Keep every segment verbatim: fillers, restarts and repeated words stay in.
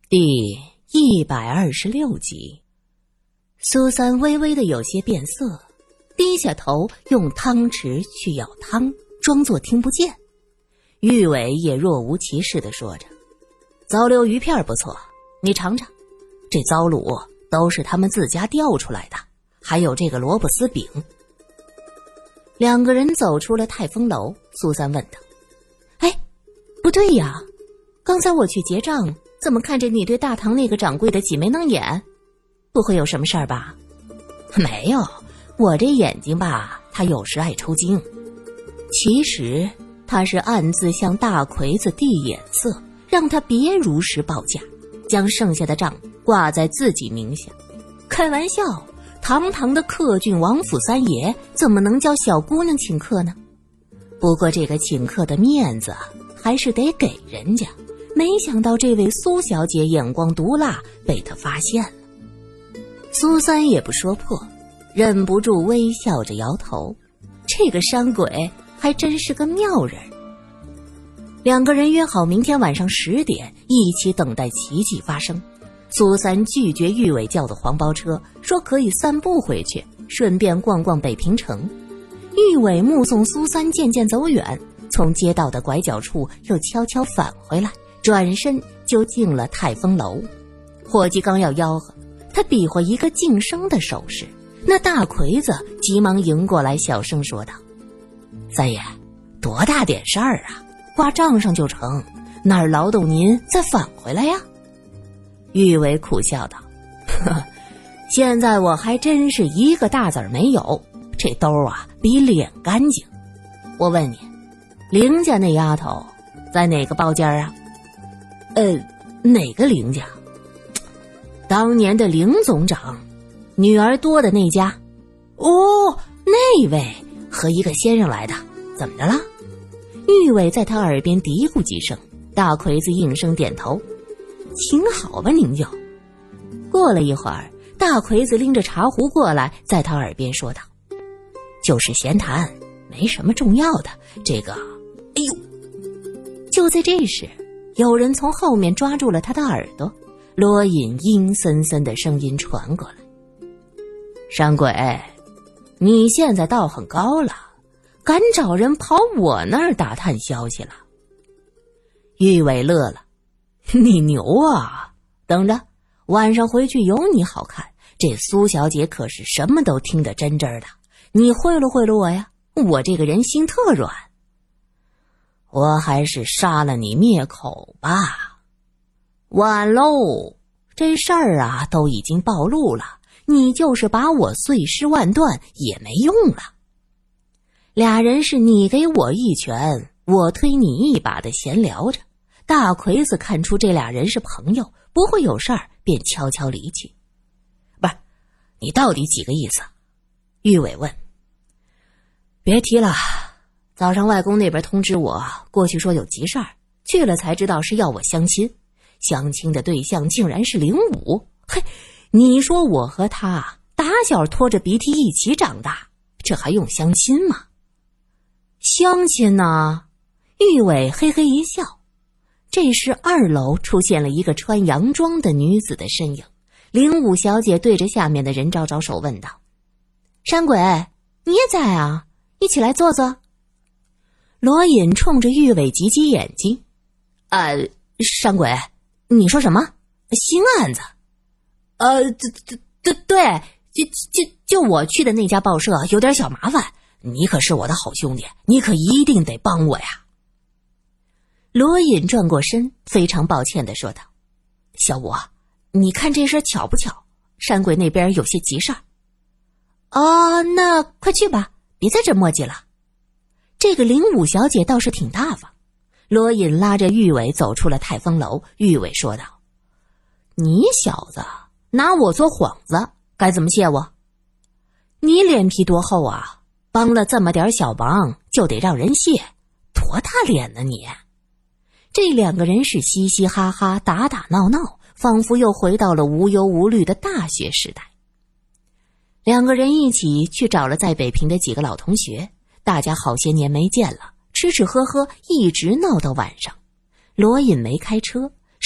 第一百二十六集。苏三微微的有些变色，低下头用汤匙去舀汤，装作听不见。玉伟也若无其事地说着：糟溜鱼片不错，你尝尝，这糟卤都是他们自家钓出来的，还有这个萝卜丝饼。两个人走出了泰丰楼，苏三问道：哎，不对呀，刚才我去结账，怎么看着你对大堂那个掌柜的挤眉弄眼？不会有什么事儿吧？没有，我这眼睛吧，他有时爱抽筋。其实他是暗自向大魁子递眼色，让他别如实报价，将剩下的账挂在自己名下。开玩笑，堂堂的克郡王府三爷怎么能叫小姑娘请客呢？不过这个请客的面子还是得给人家。没想到这位苏小姐眼光毒辣，被他发现了。苏三也不说破，忍不住微笑着摇头。这个山鬼还真是个妙人。两个人约好明天晚上十点一起等待奇迹发生。苏三拒绝玉伟叫的黄包车，说可以散步回去，顺便逛逛北平城。玉伟目送苏三渐渐走远，从街道的拐角处又悄悄返回来，转身就进了泰丰楼。伙计刚要吆喝，他比划一个晋升的手势，那大魁子急忙迎过来，小声说道：三爷，多大点事儿啊，挂账上就成，哪儿劳动您再返回来呀？玉伟苦笑道：呵呵，现在我还真是一个大子儿没有，这兜啊比脸干净。我问你，林家那丫头在哪个包间啊？呃，哪个林家？当年的林总长女儿多的那家。哦，那位和一个先生来的，怎么着了？玉伟在他耳边嘀咕几声，大魁子应声点头。请好吧您就。过了一会儿，大魁子拎着茶壶过来，在他耳边说道：就是闲谈，没什么重要的，这个……哎呦！就在这时，有人从后面抓住了他的耳朵，罗隐阴森森的声音传过来：山鬼，你现在倒很高了，敢找人跑我那儿打探消息了。玉伟乐了：你牛啊，等着，晚上回去有你好看，这苏小姐可是什么都听得真真的，你贿赂贿赂我呀，我这个人心特软。我还是杀了你灭口吧。晚喽，这事儿啊都已经暴露了，你就是把我碎尸万段也没用了。俩人是你给我一拳，我推你一把的闲聊着，大魁子看出这俩人是朋友，不会有事儿，便悄悄离去。不是，你到底几个意思？玉伟问。别提了，早上外公那边通知我过去说有急事儿，去了才知道是要我相亲，相亲的对象竟然是林武。嘿，你说我和他打小拖着鼻涕一起长大，这还用相亲吗？相亲呢？玉伟嘿嘿一笑。这时二楼出现了一个穿洋装的女子的身影，林武小姐对着下面的人招招手问道：山鬼，你也在啊，一起来坐坐。罗隐冲着玉伟挤挤眼睛：呃，山鬼，你说什么？新案子？呃，对对对对，就就就我去的那家报社有点小麻烦，你可是我的好兄弟，你可一定得帮我呀。罗隐转过身，非常抱歉地说道：小五，你看这事巧不巧？山鬼那边有些急事儿。哦，那快去吧，别在这磨叽了。这个林武小姐倒是挺大方。罗隐拉着玉伟走出了泰丰楼，玉伟说道：你小子拿我做幌子，该怎么谢我？你脸皮多厚啊，帮了这么点小忙就得让人谢，多大脸呢你？这两个人是嘻嘻哈哈，打打闹闹，仿佛又回到了无忧无虑的大学时代。两个人一起去找了在北平的几个老同学，大家好些年没见了，吃吃喝喝一直闹到晚上。罗隐没开车，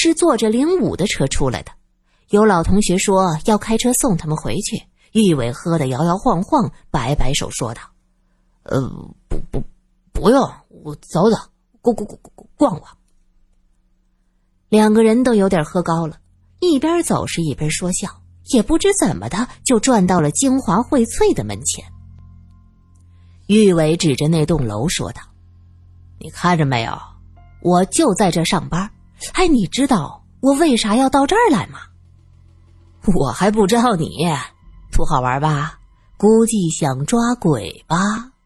是坐着零五的车出来的。有老同学说要开车送他们回去，玉伟喝得摇摇晃晃，摆摆手说道：呃，不不不用，我走走，逛逛逛逛逛。两个人都有点喝高了，一边走是一边说笑，也不知怎么的就转到了京华荟萃的门前。玉伟指着那栋楼说道：你看着没有，我就在这上班，哎，你知道我为啥要到这儿来吗？我还不知道你，图好玩吧？估计想抓鬼吧？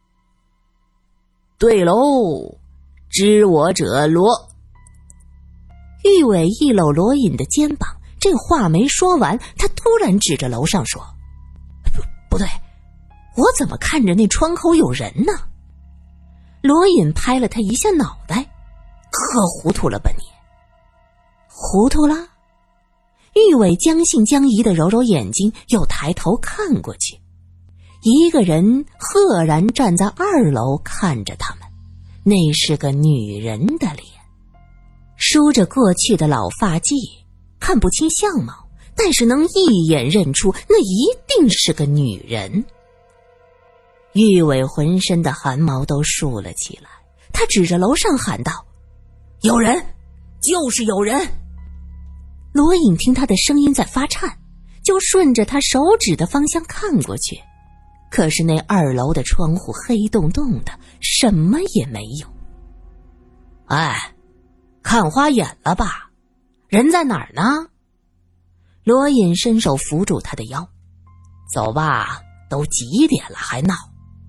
对喽，知我者罗。玉伟一搂罗隐的肩膀，这话没说完，他突然指着楼上说：不不对，我怎么看着那窗口有人呢？罗隐拍了他一下脑袋：可糊涂了吧你？糊涂了？玉伟将信将疑地揉揉眼睛，又抬头看过去，一个人赫然站在二楼看着他们，那是个女人的脸，梳着过去的老发髻，看不清相貌，但是能一眼认出那一定是个女人。玉伟浑身的汗毛都竖了起来，他指着楼上喊道：有人，就是有人。罗隐听他的声音在发颤，就顺着他手指的方向看过去，可是那二楼的窗户黑洞洞的，什么也没有。哎，看花眼了吧？人在哪儿呢？罗隐伸手扶住他的腰：走吧，都几点了还闹？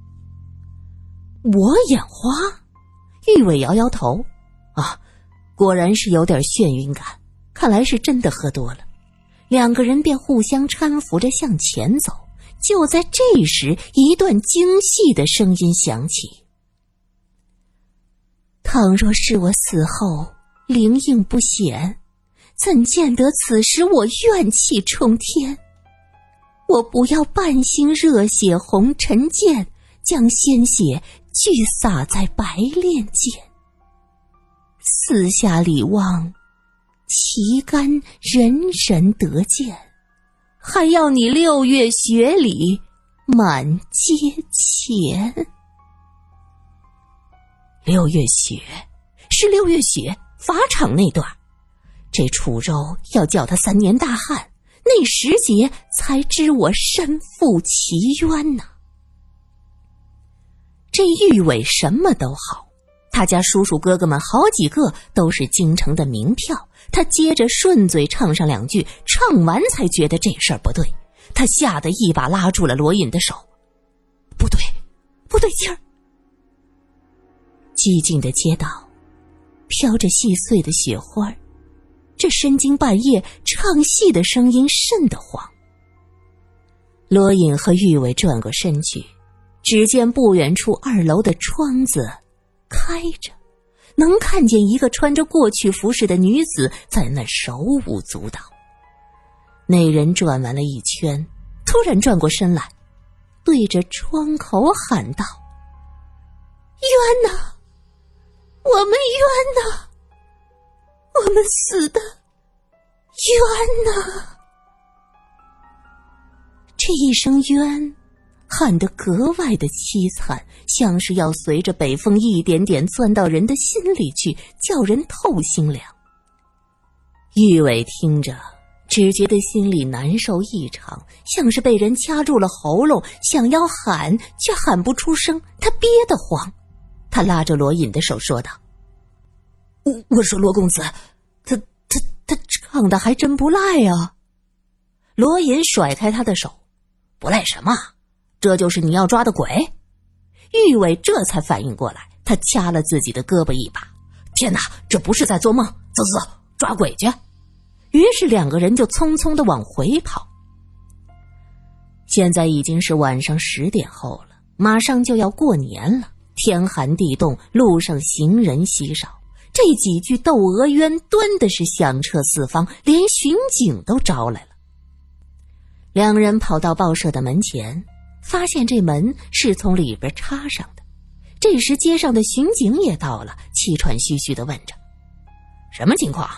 我眼花？玉伟摇摇头：啊，果然是有点眩晕感，看来是真的喝多了。两个人便互相搀扶着向前走。就在这时，一段精细的声音响起：倘若是我死后灵应不显，怎见得此时我怨气冲天？我不要半星热血红尘溅，将鲜血俱洒在白练间。四下里望，旗杆人人得见，还要你六月雪里满街前。六月雪，是六月雪法场那段，这楚州要叫他三年大旱，那时节才知我身负其冤呐、啊。这玉伟什么都好，他家叔叔哥哥们好几个都是京城的名票，他接着顺嘴唱上两句，唱完才觉得这事儿不对，他吓得一把拉住了罗隐的手：不对，不对劲儿。寂静的街道飘着细碎的雪花，这深更半夜唱戏的声音瘆得慌。罗隐和玉伟转过身去，只见不远处二楼的窗子开着，能看见一个穿着过去服饰的女子在那手舞足蹈。那人转完了一圈，突然转过身来，对着窗口喊道：冤呐，我们冤呐，我们死的冤呐！这一声冤喊得格外的凄惨，像是要随着北风一点点钻到人的心里去，叫人透心凉。玉伟听着，只觉得心里难受异常，像是被人掐住了喉咙，想要喊却喊不出声，他憋得慌。他拉着罗隐的手说道：我我说罗公子，他他他唱的还真不赖啊。罗隐甩开他的手：不赖什么，这就是你要抓的鬼。玉伟这才反应过来，他掐了自己的胳膊一把：天哪，这不是在做梦，走走走，抓鬼去。于是两个人就匆匆地往回跑。现在已经是晚上十点后了，马上就要过年了，天寒地冻，路上行人稀少，这几句窦娥冤端的是响彻四方，连巡警都招来了。两人跑到报社的门前，发现这门是从里边插上的。这时街上的巡警也到了，气喘吁吁地问着：什么情况？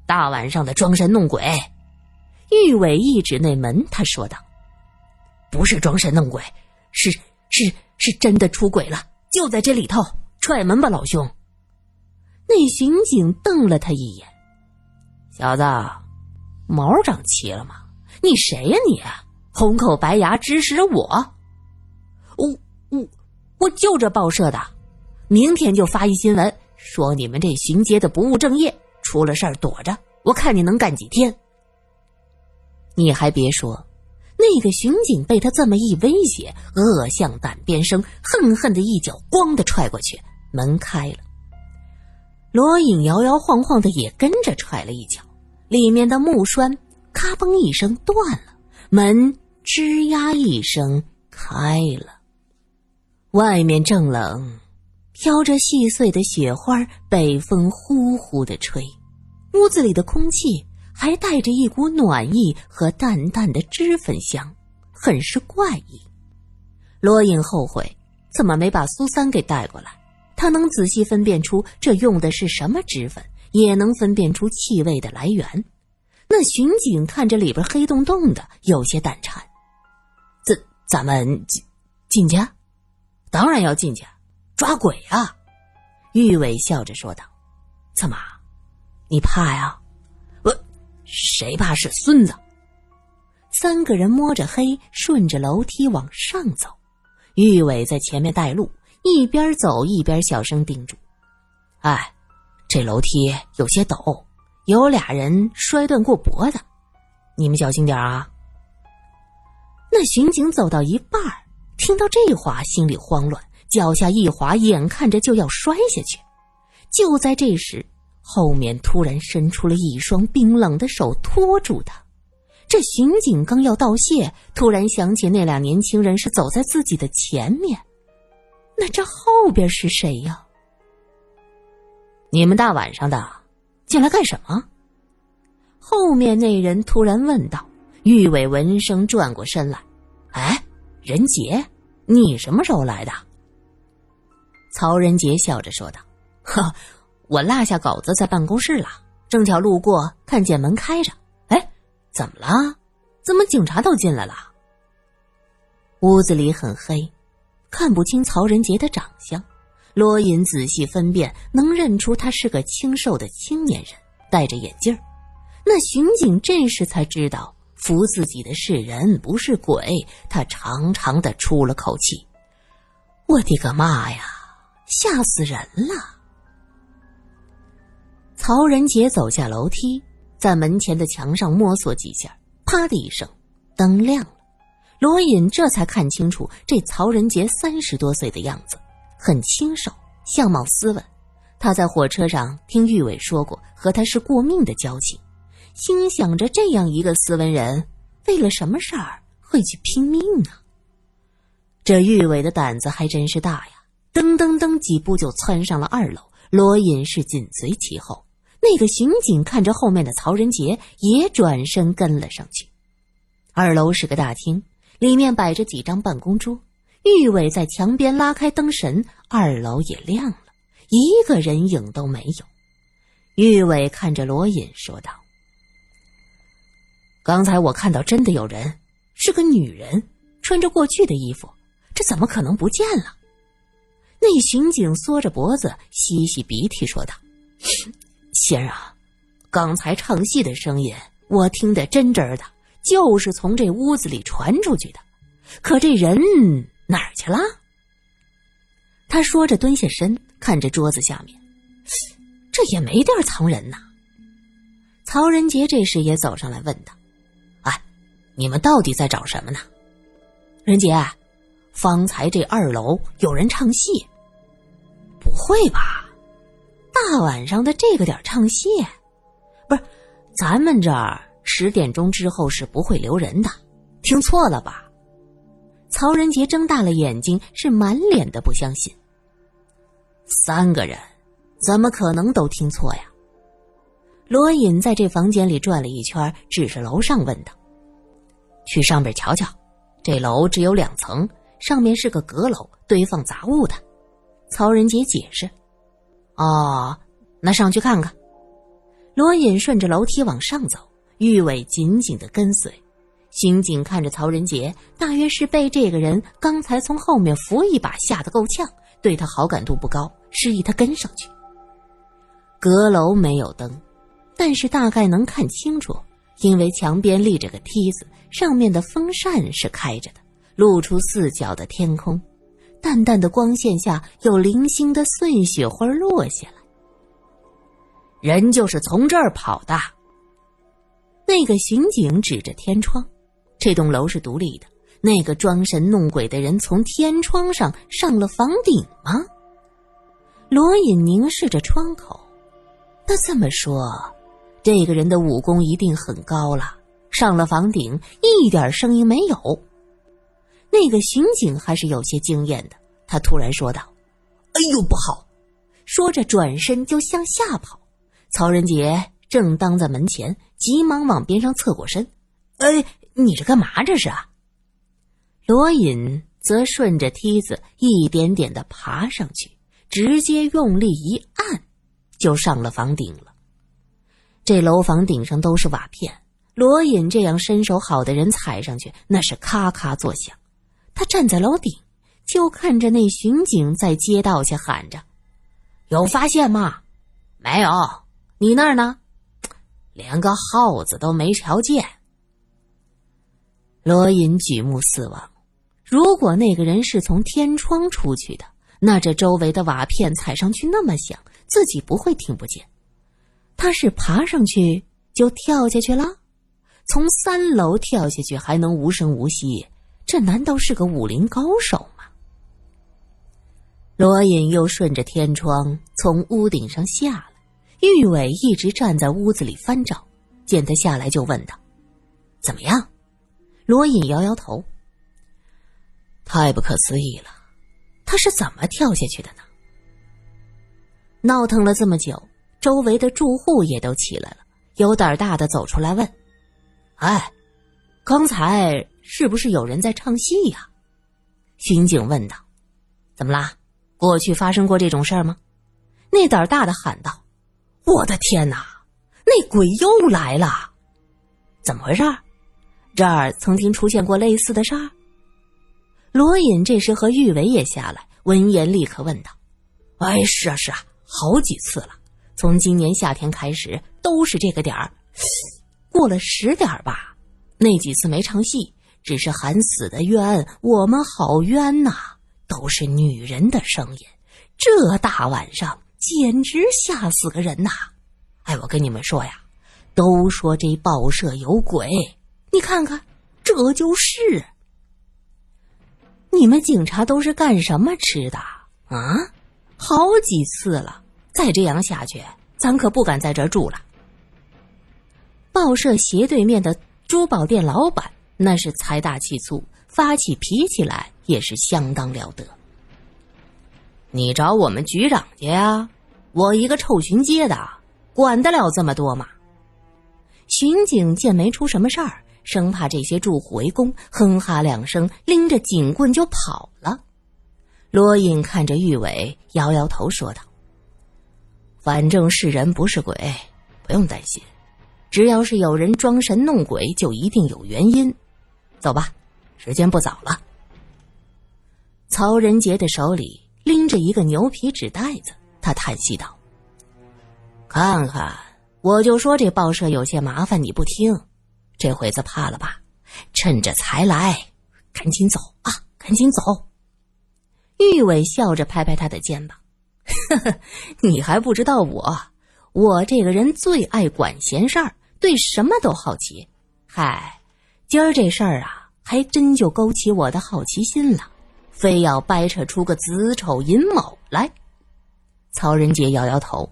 大晚上的装神弄鬼。玉伟一指那门，他说道：不是装神弄鬼，是是是真的出轨了，就在这里头，踹门吧老兄。那刑警瞪了他一眼：小子，毛长齐了吗？你谁呀你？红口白牙指使我？我我我就这报社的，明天就发一新闻，说你们这巡街的不务正业，出了事儿躲着，我看你能干几天。你还别说，那个刑警被他这么一威胁，恶向胆边生，恨恨的一脚咣的踹过去，门开了。罗隐摇摇晃晃的也跟着踹了一脚，里面的木栓咔嘣一声断了，门吱呀一声开了。外面正冷，飘着细碎的雪花，北风呼呼地吹，屋子里的空气还带着一股暖意和淡淡的脂粉香，很是怪异。罗隐后悔怎么没把苏三给带过来，他能仔细分辨出这用的是什么脂粉，也能分辨出气味的来源。那巡警看着里边黑洞洞的，有些胆颤。咱咱们进进去？当然要进去，抓鬼啊！玉伟笑着说道。怎么，你怕呀？我谁怕是孙子？三个人摸着黑，顺着楼梯往上走。玉伟在前面带路，一边走一边小声叮嘱：哎，这楼梯有些陡，有俩人摔断过脖子，你们小心点啊。那巡警走到一半，听到这话心里慌乱，脚下一滑，眼看着就要摔下去。就在这时，后面突然伸出了一双冰冷的手拖住他。这巡警刚要道谢，突然想起那俩年轻人是走在自己的前面，那这后边是谁呀？你们大晚上的进来干什么？后面那人突然问道。玉伟闻声转过身来：哎，仁杰，你什么时候来的？曹仁杰笑着说道：呵，我落下稿子在办公室了，正巧路过看见门开着。哎，怎么了？怎么警察都进来了？屋子里很黑，看不清曹仁杰的长相。罗隐仔细分辨，能认出他是个清瘦的青年人，戴着眼镜。那巡警这时才知道扶自己的是人不是鬼，他长长的出了口气：我的个妈呀，吓死人了！曹仁杰走下楼梯，在门前的墙上摸索几下，啪的一声，灯亮了。罗隐这才看清楚，这曹仁杰三十多岁的样子，很清瘦，相貌斯文。他在火车上听玉伟说过和他是过命的交情，心想着这样一个斯文人，为了什么事儿会去拼命啊？这玉伟的胆子还真是大呀，噔噔噔几步就窜上了二楼，罗隐是紧随其后。那个刑警看着后面的曹仁杰，也转身跟了上去。二楼是个大厅，里面摆着几张办公桌，玉伟在墙边拉开灯神，二楼也亮了，一个人影都没有。玉伟看着罗隐说道：刚才我看到真的有人，是个女人，穿着过去的衣服，这怎么可能不见了？那刑警缩着脖子吸吸鼻涕说道：先生啊，刚才唱戏的声音我听得真真的，就是从这屋子里传出去的，可这人哪儿去了？他说着蹲下身，看着桌子下面，这也没地儿藏人呐。曹仁杰这时也走上来问道：哎，你们到底在找什么呢？仁杰，方才这二楼有人唱戏。不会吧，大晚上的这个点唱戏？不是，咱们这儿十点钟之后是不会留人的，听错了吧？曹仁杰睁大了眼睛，是满脸的不相信。三个人怎么可能都听错呀？罗隐在这房间里转了一圈，指着楼上问道：去上边瞧瞧，这楼只有两层，上面是个阁楼，堆放杂物的。曹仁杰解释。哦，那上去看看。 罗隐顺着楼梯往上走，玉伟紧紧地跟随。刑警看着曹仁杰，大约是被这个人刚才从后面扶一把吓得够呛，对他好感度不高，示意他跟上去。阁楼没有灯，但是大概能看清楚，因为墙边立着个梯子，上面的风扇是开着的，露出四角的天空，淡淡的光线下有零星的碎雪花落下来。人就是从这儿跑的。那个刑警指着天窗，这栋楼是独立的，那个装神弄鬼的人从天窗上上了房顶吗？罗隐凝视着窗口，那这么说，这个人的武功一定很高了，上了房顶一点声音没有。那个刑警还是有些惊艳的，他突然说道：哎呦不好！说着转身就向下跑。曹仁杰正当在门前，急忙往边上侧过身。哎，你这干嘛这是啊？罗隐则顺着梯子一点点地爬上去，直接用力一按，就上了房顶了。这楼房顶上都是瓦片，罗隐这样身手好的人踩上去，那是咔咔作响。他站在楼顶，就看着那巡警在街道下喊着：有发现吗？没有。你那儿呢？连个耗子都没瞧见。罗隐举目四望，如果那个人是从天窗出去的，那这周围的瓦片踩上去那么响，自己不会听不见。他是爬上去就跳下去了？从三楼跳下去还能无声无息，这难道是个武林高手吗？罗隐又顺着天窗从屋顶上下来，玉伟一直站在屋子里翻找，见他下来就问道：怎么样？罗隐摇摇头。太不可思议了，他是怎么跳下去的呢？闹腾了这么久，周围的住户也都起来了，有胆大的走出来问：哎，刚才是不是有人在唱戏呀？巡警问道。怎么啦？过去发生过这种事儿吗？那胆大的喊道：我的天哪，那鬼又来了！怎么回事？这儿曾经出现过类似的事儿？罗隐这时和玉伟也下来，闻言立刻问道：哎，是啊是啊，好几次了，从今年夏天开始都是这个点儿，过了十点吧。那几次没唱戏，只是喊死的冤，我们好冤呐，都是女人的声音，这大晚上简直吓死个人呐！哎，我跟你们说呀，都说这报社有鬼，你看看，这就是。你们警察都是干什么吃的啊？好几次了，再这样下去，咱可不敢在这儿住了。报社斜对面的珠宝店老板那是财大气粗，发起脾气来也是相当了得。你找我们局长去呀？我一个臭巡街的，管得了这么多吗？巡警见没出什么事儿，生怕这些住户围攻，哼哈两声，拎着警棍就跑了。罗隐看着玉伟，摇摇头说道：反正是人不是鬼，不用担心，只要是有人装神弄鬼，就一定有原因。走吧，时间不早了。曹仁杰的手里拎着一个牛皮纸袋子，他叹息道：看看，我就说这报社有些麻烦，你不听，这回子怕了吧？趁着才来，赶紧走啊，赶紧走。玉伟笑着拍拍他的肩膀：呵呵，你还不知道我，我这个人最爱管闲事儿，对什么都好奇。嗨，今儿这事儿啊，还真就勾起我的好奇心了，非要掰扯出个子丑寅卯来。曹仁杰摇摇头：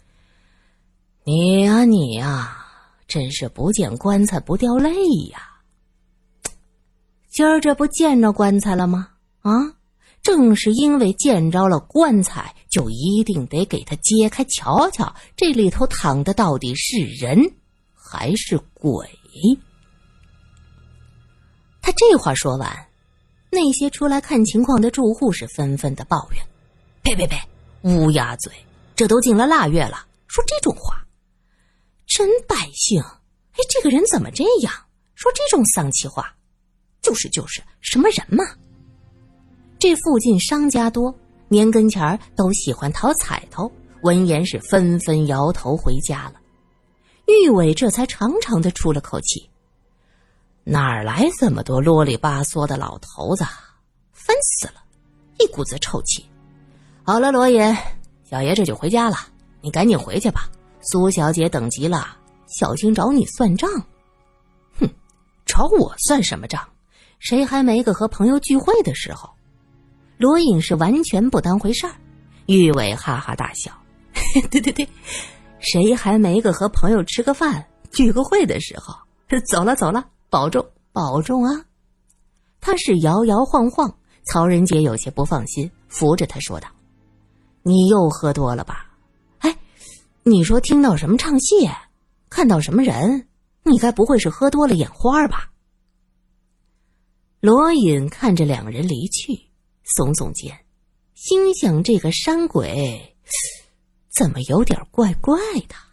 你呀你呀，真是不见棺材不掉泪呀。今儿这不见着棺材了吗？啊，正是因为见着了棺材，就一定得给他揭开瞧瞧，这里头躺的到底是人还是鬼。他这话说完，那些出来看情况的住户是纷纷的抱怨：呸呸呸，乌鸦嘴，这都进了腊月了，说这种话。 真百姓，哎，这个人怎么这样，说这种丧气话？就是就是什么人嘛。这附近商家多，年跟前儿都喜欢讨彩头，闻言是纷纷摇头回家了。玉伟这才长长的出了口气，哪儿来这么多啰里吧嗦的老头子，烦死了，一股子臭气。好了，罗隐，小爷这就回家了，你赶紧回去吧，苏小姐等急了，小心找你算账。哼，找我算什么账？谁还没个和朋友聚会的时候？罗隐是完全不当回事儿。玉伟哈哈大笑，对对对，谁还没个和朋友吃个饭聚个会的时候？走了走了，保重保重啊。他是摇摇晃晃，曹仁杰有些不放心，扶着他说道，你又喝多了吧？哎，你说听到什么唱戏，看到什么人，你该不会是喝多了眼花吧？罗隐看着两人离去，耸耸肩，心想这个山鬼怎么有点怪怪的。